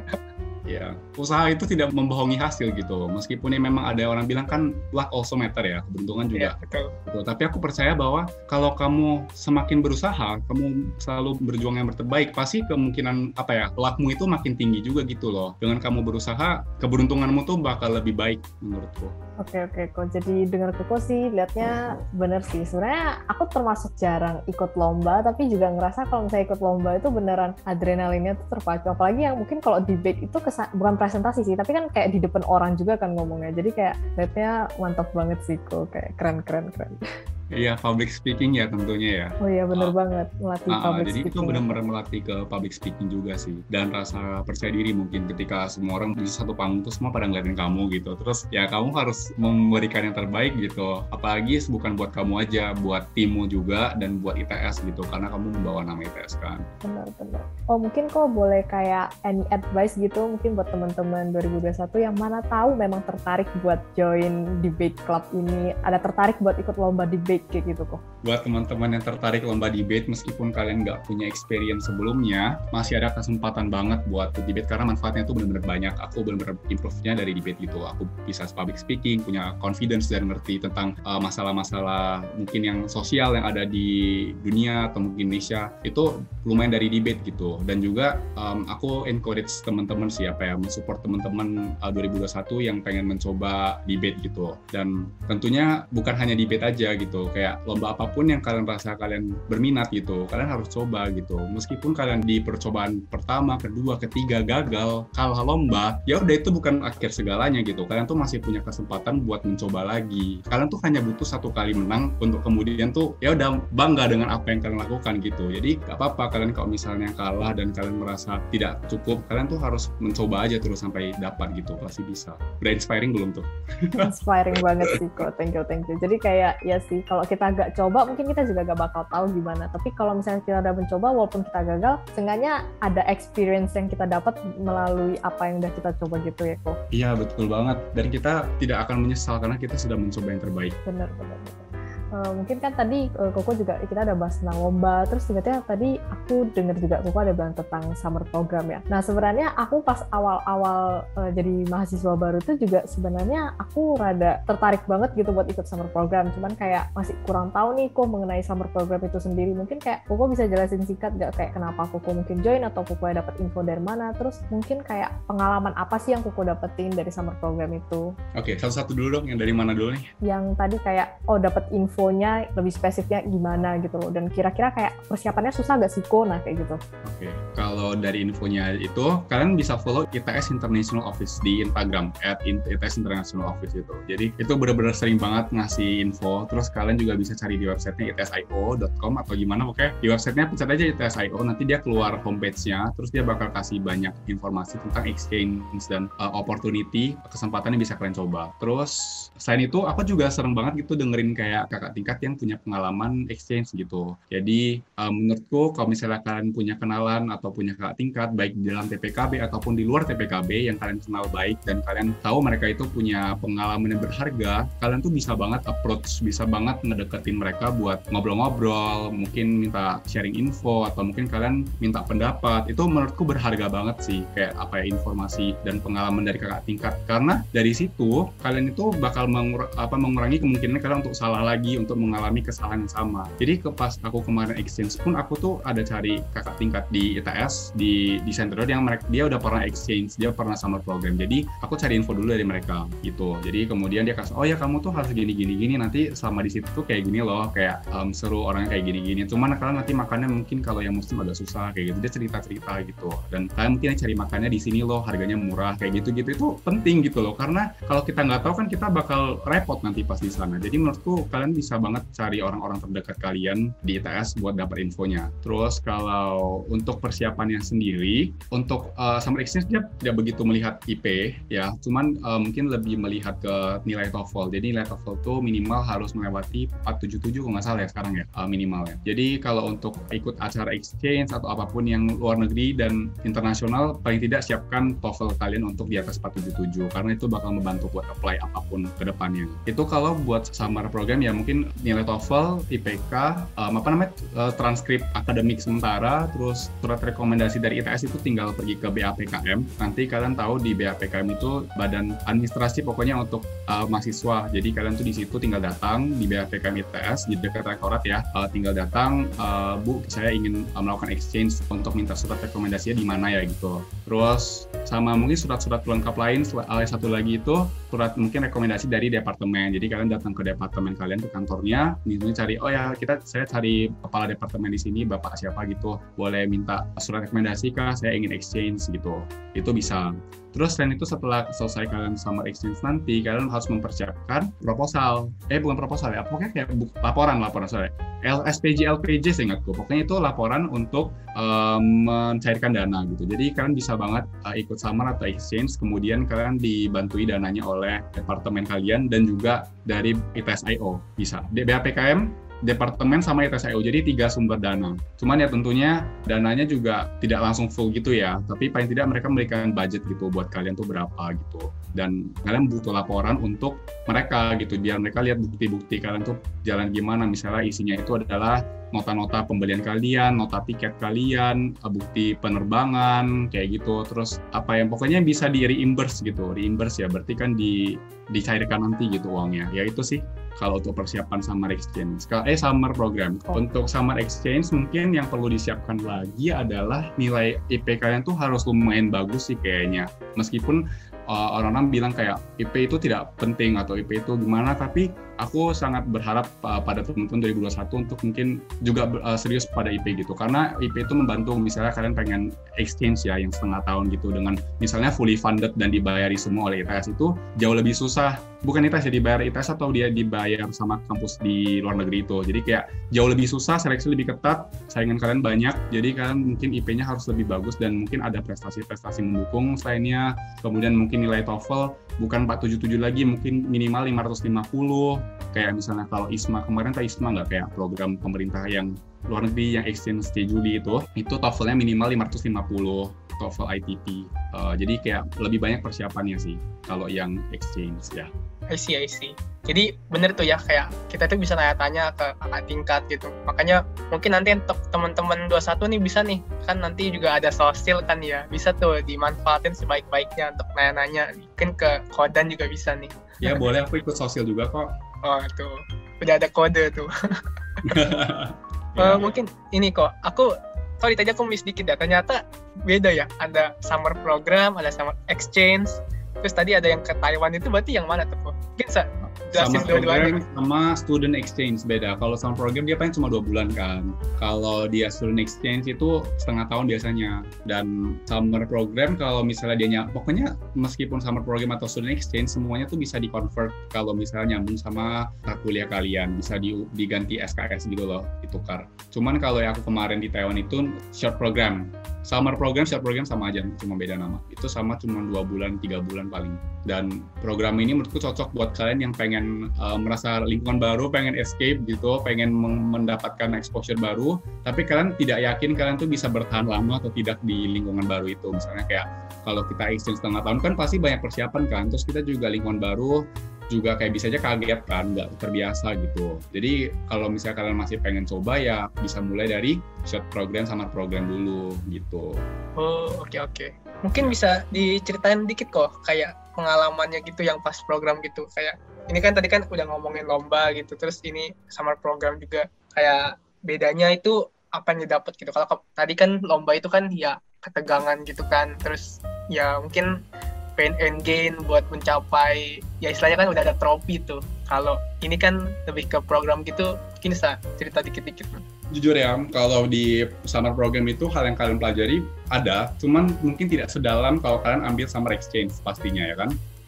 Ya, usaha itu tidak membohongi hasil gitu. Meskipun ya memang ada orang bilang kan luck also matter ya, keberuntungan juga. Ya, betul. Betul. Tapi aku percaya bahwa kalau kamu semakin berusaha, kamu selalu berjuang yang terbaik, pasti kemungkinan apa ya, luckmu itu makin tinggi juga gitu loh. Dengan kamu berusaha, keberuntunganmu tuh bakal lebih baik menurutku. Oke oke kok. Jadi dengar Koko sih, liatnya bener sih. Sebenarnya aku termasuk jarang ikut lomba, tapi juga ngerasa kalau misalnya ikut lomba itu beneran adrenalinnya tuh terpacu. Apalagi yang mungkin kalau debate itu kesan, bukan presentasi sih, tapi kan kayak di depan orang juga kan ngomongnya. Jadi kayak liatnya mantap banget sih kok, kayak keren keren keren. Iya, public speaking ya tentunya ya. Oh iya, bener uh, banget, melatih uh, public jadi speaking. Jadi itu benar-benar melatih ke public speaking juga sih. Dan rasa percaya diri mungkin ketika semua orang di satu panggung tuh semua pada ngeliatin kamu gitu. Terus ya kamu harus memberikan yang terbaik gitu. Apalagi bukan buat kamu aja, buat timmu juga dan buat I T S gitu. Karena kamu membawa nama I T S kan. Benar-benar. Oh mungkin kok boleh kayak any advice gitu mungkin buat teman-teman dua ribu dua puluh satu yang mana tahu memang tertarik buat join debate club ini. Ada tertarik buat ikut lomba debate kayak gitu kok. Buat teman-teman yang tertarik lomba debate meskipun kalian nggak punya experience sebelumnya, masih ada kesempatan banget buat debate karena manfaatnya itu benar-benar banyak. Aku benar-benar improve-nya dari debate gitu. Aku bisa public speaking, punya confidence dan ngerti tentang uh, masalah-masalah mungkin yang sosial yang ada di dunia atau mungkin Indonesia. Itu lumayan dari debate gitu. Dan juga um, aku encourage teman-teman sih apa ya, mensupport teman-teman uh, dua ribu dua puluh satu yang pengen mencoba debate gitu. Dan tentunya bukan hanya debate aja gitu, kayak lomba apapun yang kalian rasa kalian berminat gitu, kalian harus coba gitu. Meskipun kalian di percobaan pertama, kedua, ketiga gagal, kalah lomba, ya udah itu bukan akhir segalanya gitu. Kalian tuh masih punya kesempatan buat mencoba lagi. Kalian tuh hanya butuh satu kali menang untuk kemudian tuh ya udah bangga dengan apa yang kalian lakukan gitu. Jadi gak apa-apa kalian kalau misalnya kalah dan kalian merasa tidak cukup, kalian tuh harus mencoba aja terus sampai dapat gitu. Pasti bisa. Udah inspiring belum tuh? Inspiring banget sih kok. Thank you, thank you. Jadi kayak ya sih, kalau kita gak coba mungkin kita juga gak bakal tahu gimana, tapi kalau misalnya kita udah mencoba walaupun kita gagal, seenggaknya ada experience yang kita dapat melalui apa yang udah kita coba gitu ya kok. Iya betul banget, dan kita tidak akan menyesal karena kita sudah mencoba yang terbaik. Benar benar, benar. Uh, mungkin kan tadi uh, Koko juga kita ada bahas tentang lomba, terus ternyata tadi aku dengar juga Koko ada bilang tentang summer program ya. Nah sebenarnya aku pas awal-awal uh, jadi mahasiswa baru tuh juga sebenarnya aku rada tertarik banget gitu buat ikut summer program, cuman kayak masih kurang tahu nih kok mengenai summer program itu sendiri. Mungkin kayak Koko bisa jelasin singkat gak kayak kenapa Koko mungkin join atau Koko dapat info dari mana, terus mungkin kayak pengalaman apa sih yang Koko dapetin dari summer program itu? Oke, satu-satu dulu dong, yang dari mana dulu nih? Yang tadi kayak oh dapat info infonya lebih spesifiknya gimana gitu loh, dan kira-kira kayak persiapannya susah gak sih kok, nah kayak gitu. Oke, okay. Kalau dari infonya itu kalian bisa follow I T S International Office di Instagram at I T S International Office itu. Jadi itu benar-benar sering banget ngasih info. Terus kalian juga bisa cari di websitenya i t s i o dot com atau gimana, oke? Di websitenya pencet aja I T S I O, nanti dia keluar homepage-nya, terus dia bakal kasih banyak informasi tentang exchange dan uh, opportunity, kesempatan yang bisa kalian coba. Terus selain itu aku juga sering banget gitu dengerin kayak kakak tingkat yang punya pengalaman exchange gitu. Jadi um, menurutku kalau misalnya kalian punya kenalan atau punya kakak tingkat baik di dalam T P K B ataupun di luar T P K B yang kalian kenal baik dan kalian tahu mereka itu punya pengalaman yang berharga, kalian tuh bisa banget approach, bisa banget ngedeketin mereka buat ngobrol-ngobrol, mungkin minta sharing info atau mungkin kalian minta pendapat. Itu menurutku berharga banget sih, kayak apa ya, informasi dan pengalaman dari kakak tingkat, karena dari situ kalian itu bakal mengur- apa, mengurangi kemungkinan kalian untuk salah lagi, untuk mengalami kesalahan yang sama. Jadi ke pas aku kemarin exchange pun aku tuh ada cari kakak tingkat di I T S di di Center yang mereka dia udah pernah exchange, dia pernah summer program. Jadi aku cari info dulu dari mereka gitu. Jadi kemudian dia kasih, oh ya kamu tuh harus gini gini gini, nanti selama di situ tuh kayak gini loh, kayak um, seru orangnya kayak gini gini. Cuman kalian nanti makannya mungkin kalau yang muslim agak susah kayak gitu. Dia cerita cerita gitu. Dan kalian mungkin cari makannya di sini loh, harganya murah kayak gitu gitu. Itu penting gitu loh, karena kalau kita nggak tahu kan kita bakal repot nanti pas di sana. Jadi menurutku kalian bisa bisa banget cari orang-orang terdekat kalian di I T S buat dapat infonya. Terus kalau untuk persiapannya sendiri, untuk uh, summer exchange dia tidak begitu melihat I P ya, cuman uh, mungkin lebih melihat ke nilai TOEFL. Jadi nilai TOEFL tuh minimal harus melewati empat tujuh tujuh kalau nggak salah ya sekarang ya, uh, minimal ya. Jadi kalau untuk ikut acara exchange atau apapun yang luar negeri dan internasional, paling tidak siapkan TOEFL kalian untuk di atas empat tujuh tujuh, karena itu bakal membantu buat apply apapun ke depannya. Itu kalau buat summer program ya mungkin nilai TOEFL, I P K, um, apa namanya, uh, transkrip akademik sementara, terus surat rekomendasi dari I T S itu tinggal pergi ke B A P K M. Nanti kalian tahu di B A P K M itu badan administrasi pokoknya untuk uh, mahasiswa. Jadi kalian tuh di situ tinggal datang di B A P K M I T S di dekat rektorat ya, uh, tinggal datang, uh, Bu, saya ingin uh, melakukan exchange untuk minta surat rekomendasinya di mana ya gitu. Terus sama mungkin surat-surat pelengkap lain, uh, satu lagi itu surat mungkin rekomendasi dari departemen. Jadi kalian datang ke departemen kalian, ke kantornya, misalnya cari, oh ya kita saya cari kepala departemen di sini, Bapak siapa gitu, boleh minta surat rekomendasi kah, saya ingin exchange gitu, itu bisa. Terus selain itu setelah selesai kalian summer exchange nanti, kalian harus mempersiapkan proposal. Eh bukan proposal ya, pokoknya kayak laporan, laporan sorry. S P J L P J saya ingatku. Pokoknya itu laporan untuk um, mencairkan dana gitu. Jadi kalian bisa banget uh, ikut summer atau exchange, kemudian kalian dibantui dananya oleh departemen kalian dan juga dari I T S I O bisa. Di B A P K M, departemen sama I T S I O, jadi tiga sumber dana. Cuman ya tentunya dananya juga tidak langsung full gitu ya, tapi paling tidak mereka memberikan budget gitu buat kalian tuh berapa gitu. Dan kalian butuh laporan untuk mereka gitu, biar mereka lihat bukti-bukti kalian tuh jalan gimana. Misalnya isinya itu adalah nota-nota pembelian kalian, nota tiket kalian, bukti penerbangan, kayak gitu. Terus apa yang pokoknya bisa di reimburse gitu, reimburse ya berarti kan di dicairkan nanti gitu uangnya. Ya itu sih kalau untuk persiapan summer exchange. Eh summer program. Oh. Untuk summer exchange mungkin yang perlu disiapkan lagi adalah nilai I P kalian tuh harus lumayan bagus sih kayaknya. Meskipun Uh, orang-orang bilang kayak I P itu tidak penting atau I P itu gimana, tapi aku sangat berharap uh, pada teman-teman dua ribu dua puluh satu untuk mungkin juga uh, serius pada I P gitu, karena I P itu membantu misalnya kalian pengen exchange ya yang setengah tahun gitu dengan misalnya fully funded dan dibayari semua oleh I T S, itu jauh lebih susah. Bukan I T S ya, dibayar I T S atau dia dibayar sama kampus di luar negeri itu. Jadi kayak jauh lebih susah, seleksi lebih ketat, saingan kalian banyak, jadi kalian mungkin I P-nya harus lebih bagus dan mungkin ada prestasi-prestasi mendukung selainnya. Kemudian mungkin nilai TOEFL bukan empat tujuh tujuh lagi, mungkin minimal lima ratus lima puluh. Kayak misalnya kalau I S M A kemarin, tak I S M A nggak kayak program pemerintah yang luar negeri yang exchange di Juli itu, itu TOEFL-nya minimal lima ratus lima puluh, TOEFL I T P. Uh, jadi kayak lebih banyak persiapannya sih kalau yang exchange ya. I see, I see. Jadi bener tuh ya, kayak kita tuh bisa tanya-tanya ke kakak tingkat gitu. Makanya mungkin nanti untuk teman-teman dua puluh satu nih bisa nih, kan nanti juga ada sosil kan ya, bisa tuh dimanfaatin sebaik-baiknya untuk nanya-nanya. Mungkin ke Kodan juga bisa nih. Ya boleh, aku ikut sosil juga kok. Oh tuh, udah ada kode tuh. ya, uh, mungkin ini kok, aku sorry tadi aku miss dikit ya, ternyata beda ya, ada summer program, ada summer exchange, terus tadi ada yang ke Taiwan, itu berarti yang mana tuh kok? Mungkin sa- jelasin dua-duanya. Sama student exchange beda. Kalau summer program dia paling cuma dua bulan kan. Kalau dia student exchange itu setengah tahun biasanya. Dan summer program kalau misalnya dia ny- pokoknya meskipun summer program atau student exchange semuanya tuh bisa di-convert kalau misalnya nyambung sama kuliah kalian, bisa di- diganti S K S gitu loh, ditukar. Cuman kalau yang aku kemarin di Taiwan itu short program. Summer program, short program sama aja, cuma beda nama. Itu sama cuma dua bulan, tiga bulan paling. Dan program ini menurutku cocok buat kalian yang pengen uh, merasa lingkungan baru, pengen escape gitu, pengen mendapatkan exposure baru, tapi kalian tidak yakin kalian tuh bisa bertahan lama atau tidak di lingkungan baru itu. Misalnya kayak kalau kita exchange setengah tahun kan pasti banyak persiapan kan, terus kita juga lingkungan baru, juga kayak bisa aja kaget kan, nggak terbiasa gitu. Jadi kalau misalnya kalian masih pengen coba ya bisa mulai dari short program sama program dulu gitu. Oh oke okay, oke. Okay. Mungkin bisa diceritain dikit kok kayak pengalamannya gitu yang pas program gitu. Kayak ini kan tadi kan udah ngomongin lomba gitu, terus ini summer program juga. Kayak bedanya itu apa yang didapat gitu. Kalau tadi kan lomba itu kan ya ketegangan gitu kan, terus ya mungkin pain and gain buat mencapai, ya istilahnya kan udah ada trofi tuh. Kalau ini kan lebih ke program gitu, mungkin bisa cerita dikit-dikit. Jujur ya, kalau di summer program itu hal yang kalian pelajari ada, cuman mungkin tidak sedalam kalau kalian ambil summer exchange pastinya ya kan.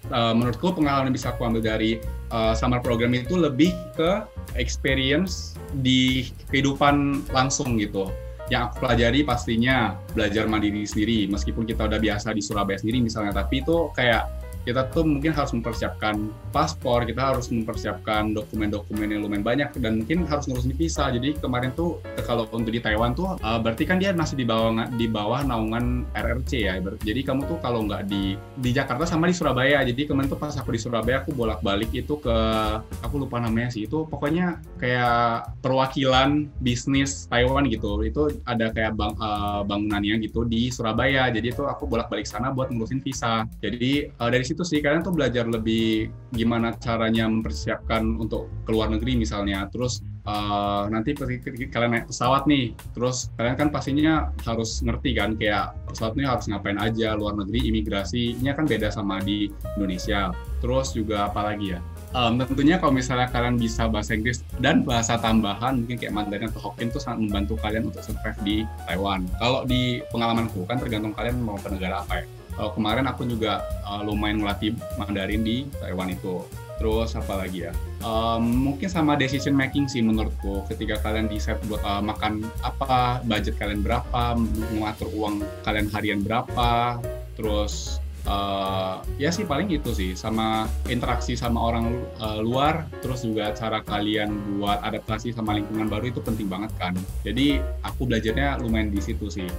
uh, menurutku pengalaman yang bisa aku ambil dari uh, summer program itu lebih ke experience di kehidupan langsung gitu. Yang aku pelajari pastinya belajar mandiri sendiri, meskipun kita udah biasa di Surabaya sendiri misalnya, tapi itu kayak kita tuh mungkin harus mempersiapkan paspor, kita harus mempersiapkan dokumen-dokumen yang lumayan banyak, dan mungkin harus ngurusin visa. Jadi kemarin tuh kalau untuk di Taiwan tuh uh, berarti kan dia masih di bawah di bawah naungan R R C ya. Jadi kamu tuh kalau nggak di di Jakarta sama di Surabaya. Jadi kemarin tuh pas aku di Surabaya aku bolak-balik itu ke, aku lupa namanya sih, itu pokoknya kayak perwakilan bisnis Taiwan gitu. Itu ada kayak bang, uh, bangunannya gitu di Surabaya. Jadi itu aku bolak-balik sana buat ngurusin visa. Jadi uh, dari situ sih kalian tuh belajar lebih gimana caranya mempersiapkan untuk ke luar negeri misalnya. Terus uh, nanti kalian naik pesawat nih, terus kalian kan pastinya harus ngerti kan kayak pesawatnya harus ngapain aja, luar negeri imigrasinya kan beda sama di Indonesia. Terus juga apa lagi ya? Um, tentunya kalau misalnya kalian bisa bahasa Inggris dan bahasa tambahan mungkin kayak Mandarin atau Hokkien itu sangat membantu kalian untuk survive di Taiwan. Kalau di pengalamanku kan tergantung kalian mau ke negara apa ya. Kalau kemarin aku juga uh, lumayan ngelatih Mandarin di Taiwan itu. Terus apa lagi ya? Um, mungkin sama decision making sih menurutku. Ketika kalian decide buat uh, makan apa, budget kalian berapa, mengatur uang kalian harian berapa, terus uh, ya sih paling itu sih. Sama interaksi sama orang uh, luar, terus juga cara kalian buat adaptasi sama lingkungan baru itu penting banget kan. Jadi aku belajarnya lumayan di situ sih.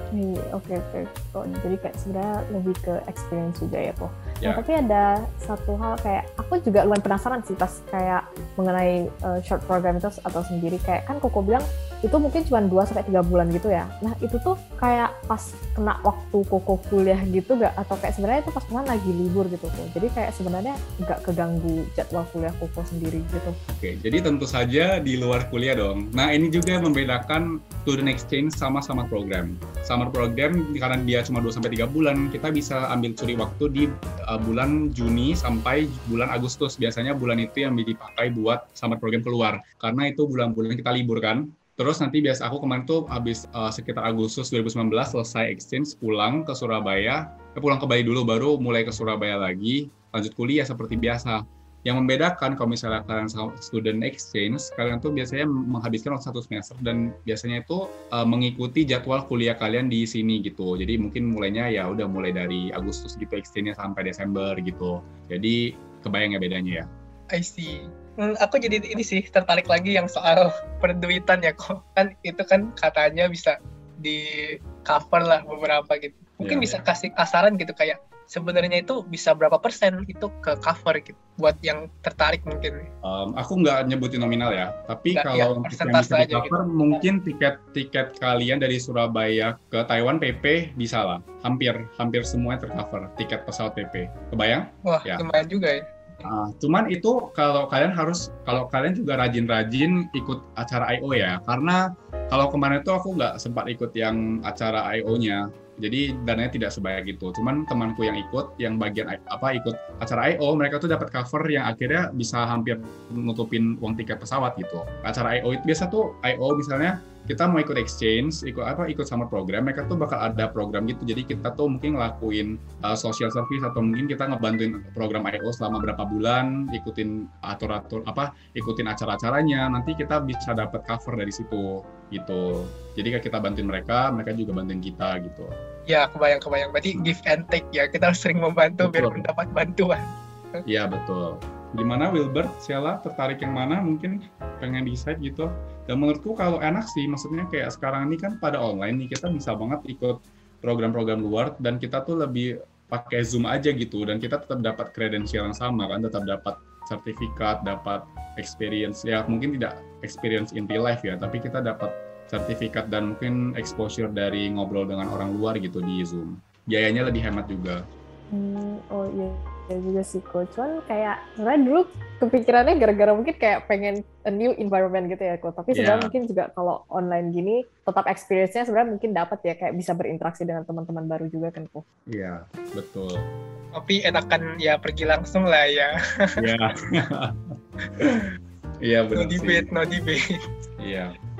Oke oke kok, jadi kayak sebenarnya lebih ke experience juga ya kok. Ya. Nah, tapi ada satu hal kayak aku juga lumayan penasaran sih pas kayak mengenai uh, short program itu atau sendiri, kayak kan Koko bilang itu mungkin cuma dua sampai tiga bulan gitu ya. Nah, itu tuh kayak pas kena waktu Koko kuliah gitu gak, atau kayak sebenarnya itu pas kemarin lagi libur gitu kok. Jadi kayak sebenarnya nggak keganggu jadwal kuliah Koko sendiri gitu. Oke, jadi tentu saja di luar kuliah dong. Nah, ini juga membedakan student exchange sama summer program. Summer program karena dia cuma dua sampai tiga bulan, kita bisa ambil curi waktu di uh, bulan Juni sampai bulan Agustus. Biasanya bulan itu yang dipakai buat summer program keluar, karena itu bulan-bulan kita libur kan. Terus nanti biasa aku kemarin tuh habis uh, sekitar Agustus dua ribu sembilan belas selesai exchange, pulang ke Surabaya, eh, pulang ke Bali dulu, baru mulai ke Surabaya lagi, lanjut kuliah seperti biasa. Yang membedakan kalau misalnya kalian student exchange, kalian tuh biasanya menghabiskan waktu satu semester dan biasanya itu uh, mengikuti jadwal kuliah kalian di sini gitu. Jadi mungkin mulainya ya udah mulai dari Agustus gitu exchange-nya sampai Desember gitu. Jadi kebayang ya bedanya ya. I see. Hmm, aku jadi ini sih tertarik lagi yang soal perduitan ya kok. Kan itu kan katanya bisa di cover lah beberapa gitu. Mungkin yeah, bisa yeah. kasih asaran gitu kayak sebenarnya itu bisa berapa persen itu ke cover gitu buat yang tertarik mungkin. Um, aku nggak nyebutin nominal ya, tapi nggak, kalau ya, untuk yang bisa di cover gitu. Mungkin tiket-tiket kalian dari Surabaya ke Taiwan P P bisa lah, hampir hampir semuanya tercover tiket pesawat P P. Kebayang? Wah, ya. Lumayan juga ya. Uh, cuman itu kalau kalian harus, kalau kalian juga rajin-rajin ikut acara I O ya, karena kalau kemarin itu aku nggak sempat ikut yang acara I O-nya. Jadi dananya tidak sebanyak itu. Cuman temanku yang ikut, yang bagian apa ikut acara I O, mereka tuh dapat cover yang akhirnya bisa hampir nutupin uang tiket pesawat gitu. Acara I O itu biasa tuh I O misalnya kita mau ikut exchange, ikut apa ikut summer program, mereka tuh bakal ada program gitu. Jadi kita tuh mungkin ngelakuin uh, social service atau mungkin kita ngebantuin program I O selama berapa bulan, ikutin atur-atur apa, ikutin acara-acaranya. Nanti kita bisa dapat cover dari situ gitu. Jadi kita bantuin mereka, mereka juga bantuin kita gitu. Ya, kebayang-kebayang. Berarti give and take ya. Kita harus sering membantu betul, biar mendapat bantuan. Iya, betul. Gimana Wilbert, Sheila, tertarik yang mana? Mungkin pengen decide gitu. Dan menurutku kalau enak sih, maksudnya kayak sekarang ini kan pada online nih, kita bisa banget ikut program-program luar dan kita tuh lebih pakai Zoom aja gitu, dan kita tetap dapat kredensial yang sama kan, tetap dapat sertifikat, dapat experience, ya mungkin tidak experience in real life ya, tapi kita dapat sertifikat dan mungkin exposure dari ngobrol dengan orang luar gitu di Zoom. Biayanya lebih hemat juga. Hmm, oh iya, ya juga sih Coach. Cuman kayak sebenarnya dulu kepikirannya gara-gara mungkin kayak pengen a new environment gitu ya Coach. Tapi sebenarnya yeah. mungkin juga kalau online gini tetap experience-nya sebenarnya mungkin dapat ya, kayak bisa berinteraksi dengan teman-teman baru juga kan Coach. Iya, yeah, betul. Tapi enakan ya pergi langsung lah ya. Iya. Iya benar. No debate, no debate. Iya.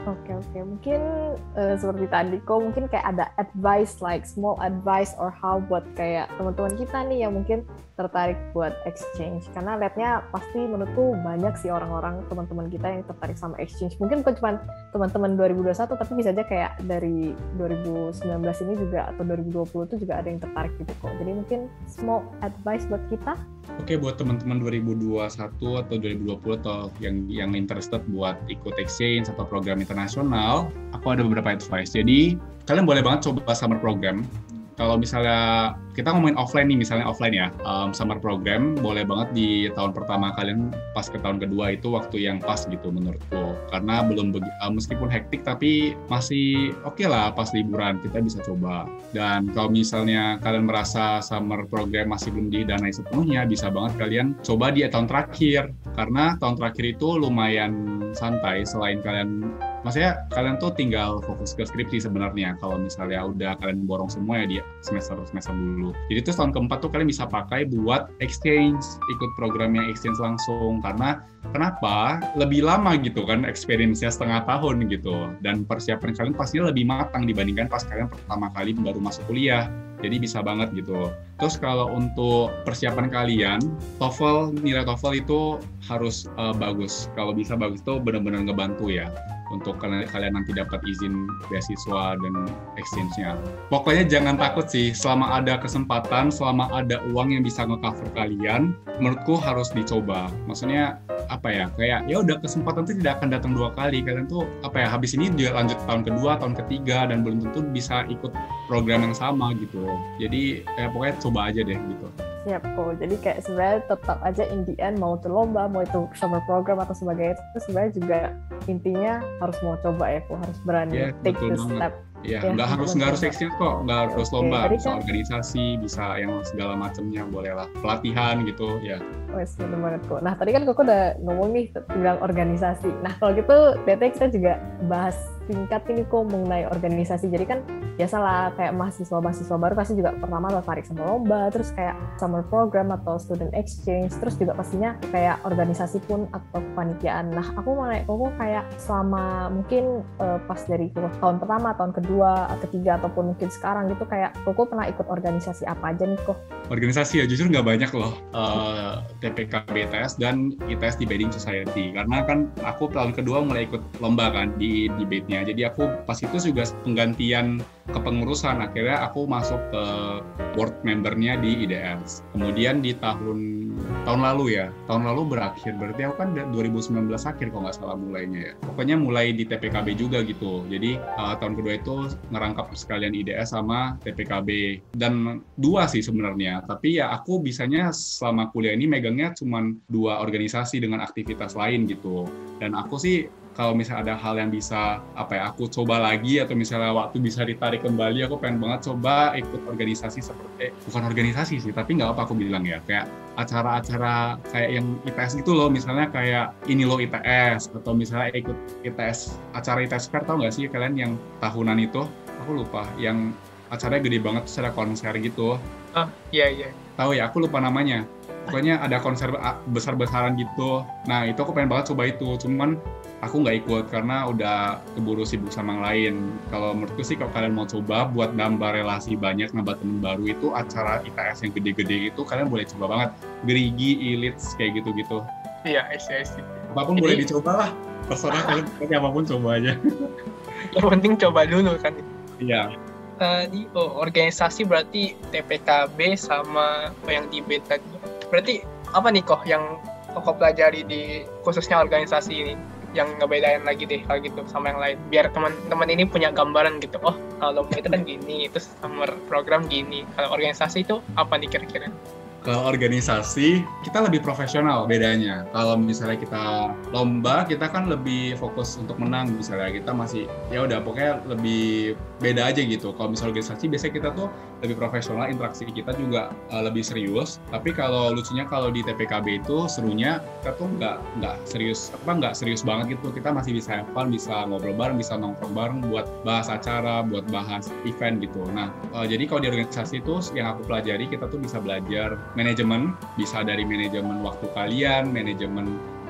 Oke oke, mungkin uh, seperti tadi kok mungkin kayak ada advice like small advice or how buat kayak teman-teman kita nih yang mungkin tertarik buat exchange, karena liatnya pasti menurutku banyak sih orang-orang teman-teman kita yang tertarik sama exchange. Mungkin bukan cuma teman-teman dua ribu dua puluh satu, tapi bisa aja kayak dari dua ribu sembilan belas ini juga atau dua ribu dua puluh itu juga ada yang tertarik gitu kok. Jadi mungkin small advice buat kita. Oke, buat teman-teman dua ribu dua puluh satu atau dua ribu dua puluh atau yang yang interested buat ikut exchange atau program internasional, aku ada beberapa advice. Jadi kalian boleh banget coba summer program. Kalau misalnya kita ngomongin offline nih, misalnya offline ya, um, summer program boleh banget di tahun pertama kalian pas ke tahun kedua itu waktu yang pas gitu menurutku. Karena belum begi, uh, meskipun hektik tapi masih oke okay lah pas liburan kita bisa coba. Dan kalau misalnya kalian merasa summer program masih belum didanai sepenuhnya, bisa banget kalian coba di tahun terakhir. Karena tahun terakhir itu lumayan santai, selain kalian maksudnya kalian tuh tinggal fokus ke skripsi sebenarnya kalau misalnya udah kalian borong semua ya di semester-semester dulu. Jadi terus tahun keempat tuh kalian bisa pakai buat exchange, ikut program yang exchange langsung. Karena kenapa? Lebih lama gitu kan experience-nya setengah tahun gitu. Dan persiapan kalian pastinya lebih matang dibandingkan pas kalian pertama kali baru masuk kuliah. Jadi bisa banget gitu. Terus kalau untuk persiapan kalian, TOEFL, nilai TOEFL itu harus uh, bagus. Kalau bisa bagus tuh benar-benar ngebantu ya untuk kalian, kalian nanti dapat izin beasiswa dan exchange-nya. Pokoknya jangan takut sih, selama ada kesempatan, selama ada uang yang bisa nge-cover kalian, menurutku harus dicoba. Maksudnya apa ya, kayak ya udah kesempatan itu tidak akan datang dua kali. Kalian tuh apa ya, habis ini dia lanjut tahun kedua, tahun ketiga, dan belum tentu bisa ikut program yang sama gitu. Jadi kayak pokoknya coba aja deh gitu. Siap kok, jadi kayak sebenarnya tetap aja in the end mau itu lomba, mau itu summer program atau sebagainya, itu sebenarnya juga intinya harus mau coba ya, kok harus berani yeah, take the banget. Step. Ya, ya nggak harus nggak harus exchange kok, nggak harus okay, lomba, bisa kan organisasi, bisa yang segala macamnya, bolehlah pelatihan gitu ya. Wes bener banget kok. Nah tadi kan Koko udah ngomong nih bilang organisasi. Nah kalau gitu D T kita juga bahas singkat ini kok mengenai organisasi. Jadi kan biasalah kayak mahasiswa-mahasiswa baru pasti juga pertama tertarik sama lomba, terus kayak summer program atau student exchange, terus juga pastinya kayak organisasi pun atau kepanitiaan. Nah aku mau nanya Koko kayak selama mungkin uh, pas dari tahun pertama, tahun kedua, ketiga ataupun mungkin sekarang gitu kayak Koko pernah ikut organisasi apa aja nih kok? Organisasi ya jujur nggak banyak loh. Uh, T P K B T S dan I T S Debating Society, karena kan aku tahun kedua mulai ikut lomba kan di debate-nya, jadi aku pas itu juga penggantian kepengurusan, akhirnya aku masuk ke board member-nya di I D S. Kemudian di tahun tahun lalu ya, tahun lalu berakhir, berarti aku kan dua ribu sembilan belas akhir kalau nggak salah mulainya ya, pokoknya mulai di T P K B juga gitu. Jadi uh, tahun kedua itu ngerangkap sekalian I D S sama T P K B, dan dua sih sebenarnya, tapi ya aku bisanya selama kuliah ini megangnya cuman dua organisasi dengan aktivitas lain gitu. Dan aku sih kalau misalnya ada hal yang bisa apa ya aku coba lagi, atau misalnya waktu bisa ditarik kembali, aku pengen banget coba ikut organisasi seperti eh, bukan organisasi sih, tapi nggak apa aku bilang ya, kayak acara-acara kayak yang I T S gitu loh, misalnya kayak ini loh I T S, atau misalnya ikut I T S, acara I T S Fair, tau nggak sih kalian yang tahunan itu, aku lupa, yang acaranya gede banget terus ada konser gitu. Ah iya iya. Tahu ya, aku lupa namanya. Pokoknya ada konser besar-besaran gitu. Nah itu aku pengen banget coba itu, cuman aku nggak ikut karena udah keburu sibuk sama yang lain. Kalau menurutku sih kalau kalian mau coba buat nambah relasi banyak, nambah teman baru, itu acara I T S yang gede-gede itu kalian boleh coba banget. Gerigi, Ilits, kayak gitu-gitu. Iya, I see, I see. Apapun jadi, boleh dicoba lah. Terserah kalian, apapun coba aja. Yang penting coba dulu kan. Iya. Tadi oh, organisasi berarti T P K B sama apa yang debate tadi. Berarti apa nih kok yang Koko pelajari di khususnya organisasi ini yang ngebedain lagi deh kalau gitu sama yang lain, biar teman-teman ini punya gambaran gitu, oh kalau lomba itu kan gini, terus summer program gini, kalau organisasi itu apa nih kira-kira? Kalau organisasi, kita lebih profesional bedanya. Kalau misalnya kita lomba, kita kan lebih fokus untuk menang misalnya. Kita masih, ya udah pokoknya lebih beda aja gitu. Kalau misalnya organisasi, biasanya kita tuh lebih profesional, interaksi kita juga uh, lebih serius. Tapi kalau lucunya kalau di T P K B itu serunya, kita tuh nggak nggak serius, apa nggak serius banget gitu. Kita masih bisa have fun, bisa ngobrol bareng, bisa nongkrong bareng, buat bahas acara, buat bahas event gitu. Nah, uh, jadi kalau di organisasi itu yang aku pelajari, kita tuh bisa belajar manajemen, bisa dari manajemen waktu kalian, manajemen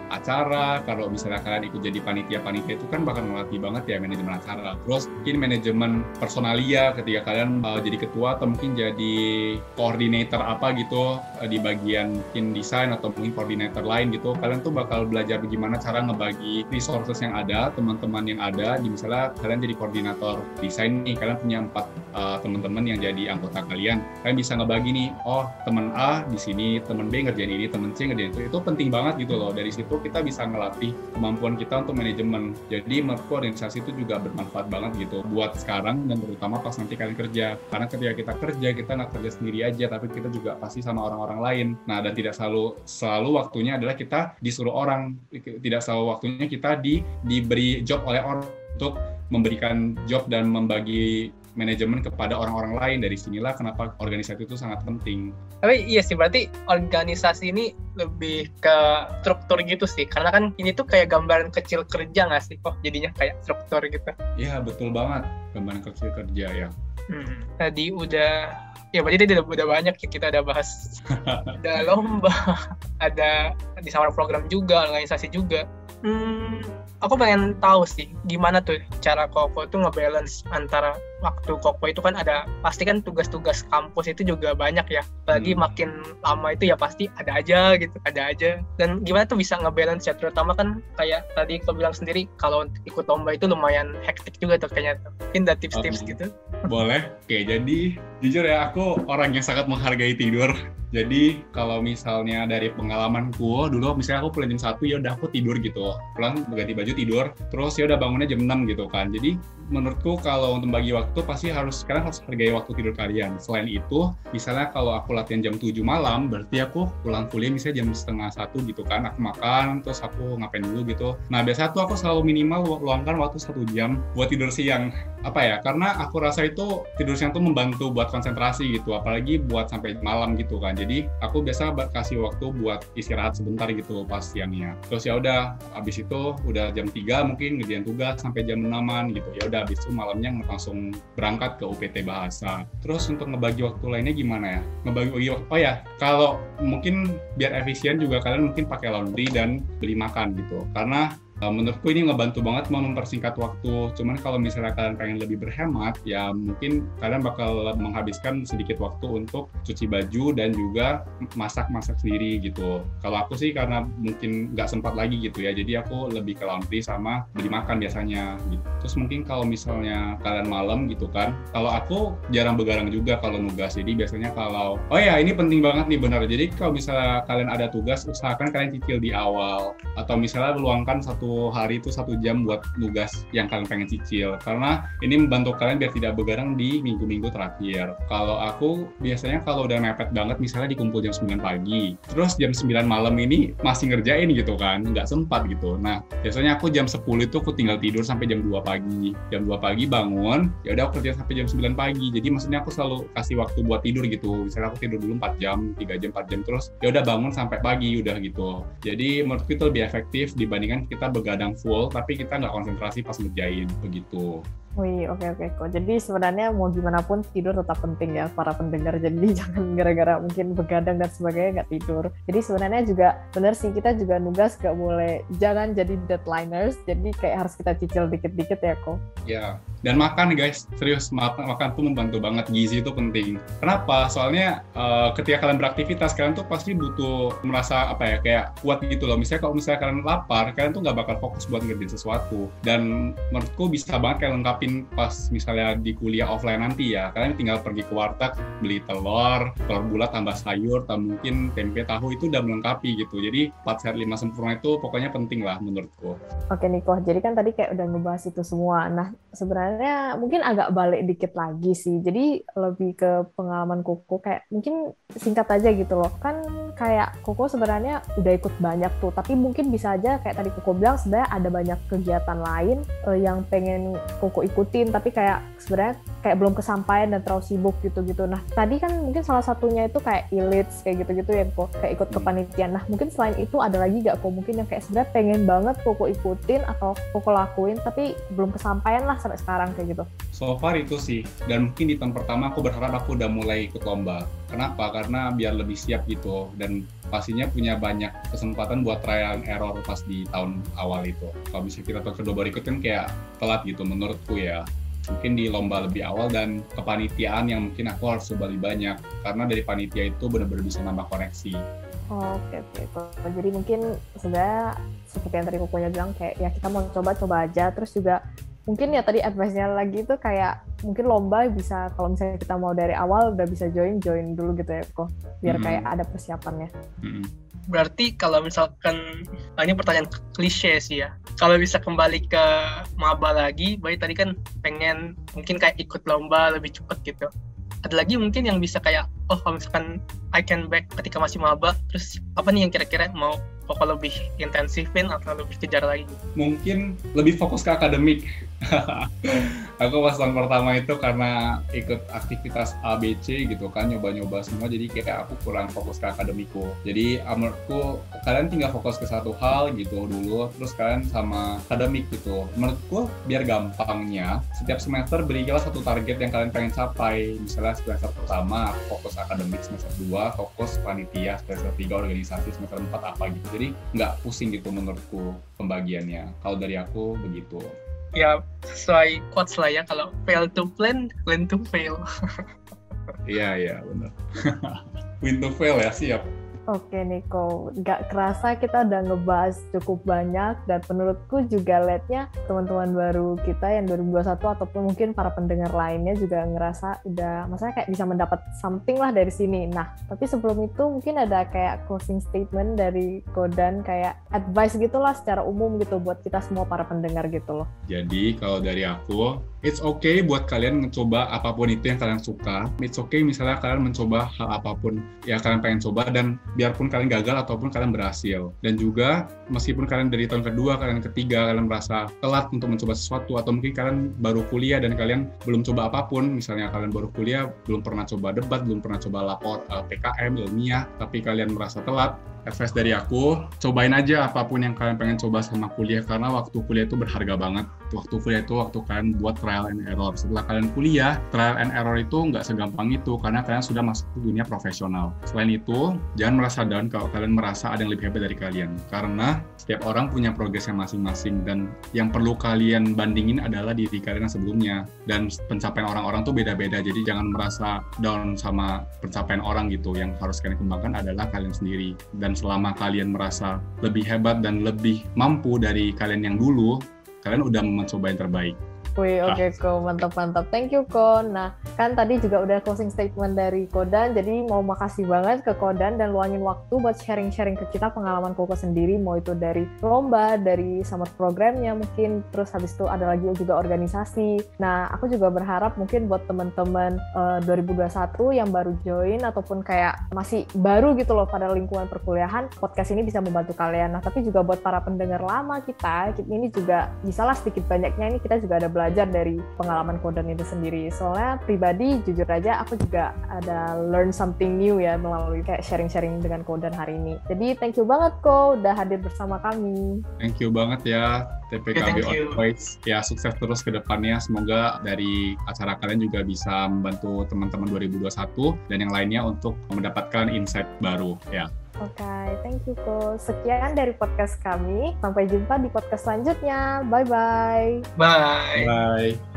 acara. Kalau misalnya kalian ikut jadi panitia-panitia itu kan bakal ngelatih banget ya manajemen acara. Terus mungkin manajemen personalia ketika kalian uh, jadi ketua atau mungkin jadi koordinator apa gitu uh, di bagian mungkin desain atau mungkin koordinator lain gitu. Kalian tuh bakal belajar bagaimana cara ngebagi resources yang ada, teman-teman yang ada. Di misalnya kalian jadi koordinator desain nih, kalian punya empat uh, teman-teman yang jadi anggota kalian. Kalian bisa ngebagi nih, oh teman A di sini, teman B ngerjain ini, teman C ngerjain itu. Itu penting banget gitu loh. Dari situ kita bisa ngelatih kemampuan kita untuk manajemen. Jadi menurutku organisasi itu juga bermanfaat banget gitu buat sekarang dan terutama pas nanti kalian kerja. Karena ketika kita kerja, kita nggak kerja sendiri aja, tapi kita juga pasti sama orang-orang lain. Nah, dan tidak selalu selalu waktunya adalah kita disuruh orang, tidak selalu waktunya kita di diberi job oleh orang untuk memberikan job dan membagi manajemen kepada orang-orang lain. Dari sinilah kenapa organisasi itu sangat penting. Tapi iya sih, berarti organisasi ini lebih ke struktur gitu sih, karena kan ini tuh kayak gambaran kecil kerja nggak sih? Oh jadinya kayak struktur gitu. Iya betul banget, gambaran kecil kerja ya. Hmm. Tadi udah, ya berarti udah, udah banyak ya kita udah bahas. Ada lomba, ada di summer program juga, organisasi juga. Hmm, aku pengen tahu sih gimana tuh cara Koko tuh ngebalance antara waktu Koko itu kan ada, pasti kan tugas-tugas kampus itu juga banyak ya, apalagi hmm. makin lama itu ya pasti ada aja gitu, ada aja. Dan gimana tuh bisa ngebalance ya, terutama kan kayak tadi kau bilang sendiri kalau ikut lomba itu lumayan hektik juga tuh kayaknya tuh. Mungkin ada tips-tips um, gitu. Boleh. Oke, jadi jujur ya aku orang yang sangat menghargai tidur. Jadi kalau misalnya dari pengalamanku dulu, misalnya aku pulang jam satu ya udah aku tidur gitu, pulang ganti baju tidur, terus ya udah bangunnya jam enam gitu kan. Jadi menurutku kalau untuk bagi waktu pasti harus, kalian harus hargai waktu tidur kalian. Selain itu, misalnya kalau aku latihan jam tujuh malam, berarti aku pulang kuliah misalnya jam setengah satu gitu kan, aku makan, terus aku ngapain dulu gitu. Nah biasanya tuh aku selalu minimal luangkan waktu satu jam buat tidur siang. Apa ya, karena aku rasa itu tidur siang tuh membantu buat konsentrasi gitu, apalagi buat sampai malam gitu kan. Jadi aku biasa kasih waktu buat istirahat sebentar gitu pas siangnya. Terus ya udah, habis itu udah jam tiga mungkin ngerjain tugas sampai jam enaman gitu. Ya udah habis itu malamnya langsung berangkat ke U P T bahasa. Terus untuk ngebagi waktu lainnya gimana ya? Ngebagi waktu, oh ya, kalau mungkin biar efisien juga kalian mungkin pakai laundry dan beli makan gitu. Karena Uh, menurutku ini ngebantu banget mau mempersingkat waktu. Cuman kalau misalnya kalian pengen lebih berhemat, ya mungkin kalian bakal menghabiskan sedikit waktu untuk cuci baju dan juga masak-masak sendiri gitu. Kalau aku sih karena mungkin nggak sempat lagi gitu ya, jadi aku lebih ke laundry sama beli makan biasanya gitu. Terus mungkin kalau misalnya kalian malam gitu kan, kalau aku jarang begadang juga kalau nugas. Jadi biasanya kalau, oh ya ini penting banget nih benar. Jadi kalau misalnya kalian ada tugas, usahakan kalian cicil di awal. Atau misalnya luangkan satu hari itu satu jam buat nugas yang kalian pengen cicil, karena ini membantu kalian biar tidak begadang di minggu-minggu terakhir. Kalau aku biasanya kalau udah mepet banget misalnya dikumpul jam sembilan pagi, terus jam sembilan malam ini masih ngerjain gitu kan, nggak sempat gitu. Nah biasanya aku jam sepuluh itu aku tinggal tidur sampai jam dua pagi. Jam dua pagi bangun, ya udah aku kerja sampai jam sembilan pagi. Jadi maksudnya aku selalu kasih waktu buat tidur gitu. Misalnya aku tidur dulu empat jam, tiga jam, empat jam, terus ya udah bangun sampai pagi udah gitu. Jadi menurutku itu lebih efektif dibandingkan kita begadang full tapi kita nggak konsentrasi pas ngerjain begitu. Wih, oke oke kok. Jadi sebenarnya mau gimana pun tidur tetap penting ya para pendengar. Jadi jangan gara-gara mungkin begadang dan sebagainya nggak tidur. Jadi sebenarnya juga benar sih, kita juga nugas nggak boleh, jangan jadi deadliners. Jadi kayak harus kita cicil dikit-dikit ya kok. Ya, dan makan guys, serius makan, makan tuh membantu banget, gizi itu penting. Kenapa? Soalnya uh, ketika kalian beraktivitas, kalian tuh pasti butuh merasa apa ya, kayak kuat gitu loh. Misalnya kalau misalnya kalian lapar, kalian tuh nggak bakal fokus buat ngerjain sesuatu. Dan menurutku bisa banget kalian lengkapin pas misalnya di kuliah offline nanti ya. Kalian tinggal pergi ke warteg, beli telur, telur bulat tambah sayur, tambah mungkin tempe tahu, itu udah melengkapi gitu. Jadi empat sehat lima sempurna itu pokoknya penting lah menurutku. Oke Niko, jadi kan tadi kayak udah ngebahas itu semua. Nah sebenarnya mungkin agak balik dikit lagi sih. Jadi lebih ke pengalaman Koko, kayak mungkin singkat aja gitu loh. Kan kayak Koko sebenarnya udah ikut banyak tuh, tapi mungkin bisa aja kayak tadi Koko bilang sebenarnya ada banyak kegiatan lain uh, yang pengen Koko ikutin, tapi kayak sebenarnya kayak belum kesampaian dan terlalu sibuk gitu-gitu. Nah tadi kan mungkin salah satunya itu kayak elites kayak gitu-gitu ya kok, kayak ikut kepanitiaan. Nah mungkin selain itu ada lagi gak kok mungkin yang kayak sebenarnya pengen banget kok ikutin atau kok lakuin tapi belum kesampaian lah sampai sekarang kayak gitu? So far itu sih, dan mungkin di tahun pertama aku berharap aku udah mulai ikut lomba. Kenapa? Karena biar lebih siap gitu, dan pastinya punya banyak kesempatan buat trial and error pas di tahun awal itu. Kalau bisa kita tahun kedua baru ikut kan kayak telat gitu menurutku ya. Mungkin di lomba lebih awal dan kepanitiaan yang mungkin aku harus coba lebih banyak, karena dari panitia itu benar-benar bisa nambah koneksi. Oh, oke oke. Jadi mungkin sebenarnya seperti yang tadi Kokonya bilang kayak ya kita mau coba-coba aja, terus juga mungkin ya tadi advice-nya lagi itu kayak mungkin lomba bisa kalau misalnya kita mau dari awal udah bisa join join dulu gitu ya kok, biar Mm-hmm. kayak ada persiapannya. Mm-hmm. Berarti kalau misalkan, ah, ini pertanyaan klise sih ya, kalau bisa kembali ke maba lagi, berarti tadi kan pengen mungkin kayak ikut lomba lebih cepat gitu. Ada lagi mungkin yang bisa kayak, oh kalau misalkan I can back ketika masih maba, terus apa nih yang kira-kira mau kok lebih intensifin atau lebih kejar lagi? Mungkin lebih fokus ke akademik. Aku pas tahun pertama itu karena ikut aktivitas A B C gitu kan, nyoba-nyoba semua, jadi kayak aku kurang fokus ke akademiku. Jadi menurutku kalian tinggal fokus ke satu hal gitu dulu, terus kalian sama akademik gitu. Menurutku biar gampangnya, setiap semester berilah satu target yang kalian pengen capai. Misalnya semester pertama fokus akademik, semester dua fokus panitia, semester tiga organisasi, semester empat apa gitu. Jadi nggak pusing gitu menurutku pembagiannya. Kalau dari aku begitu. Ya sesuai quotes lah ya, kalau fail to plan, plan to fail. Iya, iya benar. Win to fail ya, siap. Oke Niko, nggak kerasa kita udah ngebahas cukup banyak dan menurutku juga liatnya teman-teman baru kita yang dua ribu dua puluh satu ataupun mungkin para pendengar lainnya juga ngerasa udah, maksudnya kayak bisa mendapat something lah dari sini. Nah, tapi sebelum itu mungkin ada kayak closing statement dari Kodan, kayak advice gitulah secara umum gitu buat kita semua para pendengar gitu loh. Jadi kalau dari aku, it's okay buat kalian mencoba apapun itu yang kalian suka. It's okay misalnya kalian mencoba hal apapun yang kalian pengen coba, dan biarpun kalian gagal ataupun kalian berhasil. Dan juga meskipun kalian dari tahun kedua, kalian ketiga, kalian merasa telat untuk mencoba sesuatu, atau mungkin kalian baru kuliah dan kalian belum coba apapun, misalnya kalian baru kuliah, belum pernah coba debat, belum pernah coba lapor uh, P K M ilmiah, tapi kalian merasa telat, advice dari aku, cobain aja apapun yang kalian pengen coba sama kuliah, karena waktu kuliah itu berharga banget. Waktu kuliah itu waktu kalian buat trial and error. Setelah kalian kuliah, trial and error itu nggak segampang itu, karena kalian sudah masuk ke dunia profesional. Selain itu, jangan merasa down kalau kalian merasa ada yang lebih hebat dari kalian, karena setiap orang punya progresnya masing-masing, dan yang perlu kalian bandingin adalah diri kalian yang sebelumnya. Dan pencapaian orang-orang tuh beda-beda, jadi jangan merasa down sama pencapaian orang gitu. Yang harus kalian kembangkan adalah kalian sendiri. Dan selama kalian merasa lebih hebat dan lebih mampu dari kalian yang dulu, kalian udah mencoba yang terbaik. Wih, oke okay, Ko, mantap-mantap. Thank you, Ko. Nah, kan tadi juga udah closing statement dari Kodan, jadi mau makasih banget ke Kodan dan luangin waktu buat sharing-sharing ke kita pengalaman Koko sendiri, mau itu dari lomba, dari summer programnya mungkin, terus habis itu ada lagi juga organisasi. Nah, aku juga berharap mungkin buat teman-teman uh, dua ribu dua puluh satu yang baru join ataupun kayak masih baru gitu loh pada lingkungan perkuliahan, podcast ini bisa membantu kalian. Nah, tapi juga buat para pendengar lama kita, ini juga bisalah sedikit banyaknya ini kita juga ada belajar belajar dari pengalaman Kodan itu sendiri. Soalnya pribadi jujur aja aku juga ada learn something new ya melalui kayak sharing-sharing dengan Kodan hari ini. Jadi thank you banget Ko udah hadir bersama kami. Thank you banget ya T P K B yeah, On Voice. Ya sukses terus ke depannya. Semoga dari acara kalian juga bisa membantu teman-teman dua ribu dua puluh satu dan yang lainnya untuk mendapatkan insight baru ya. Oke, okay, thank you Ko. Sekian dari podcast kami. Sampai jumpa di podcast selanjutnya. Bye-bye. Bye. Bye.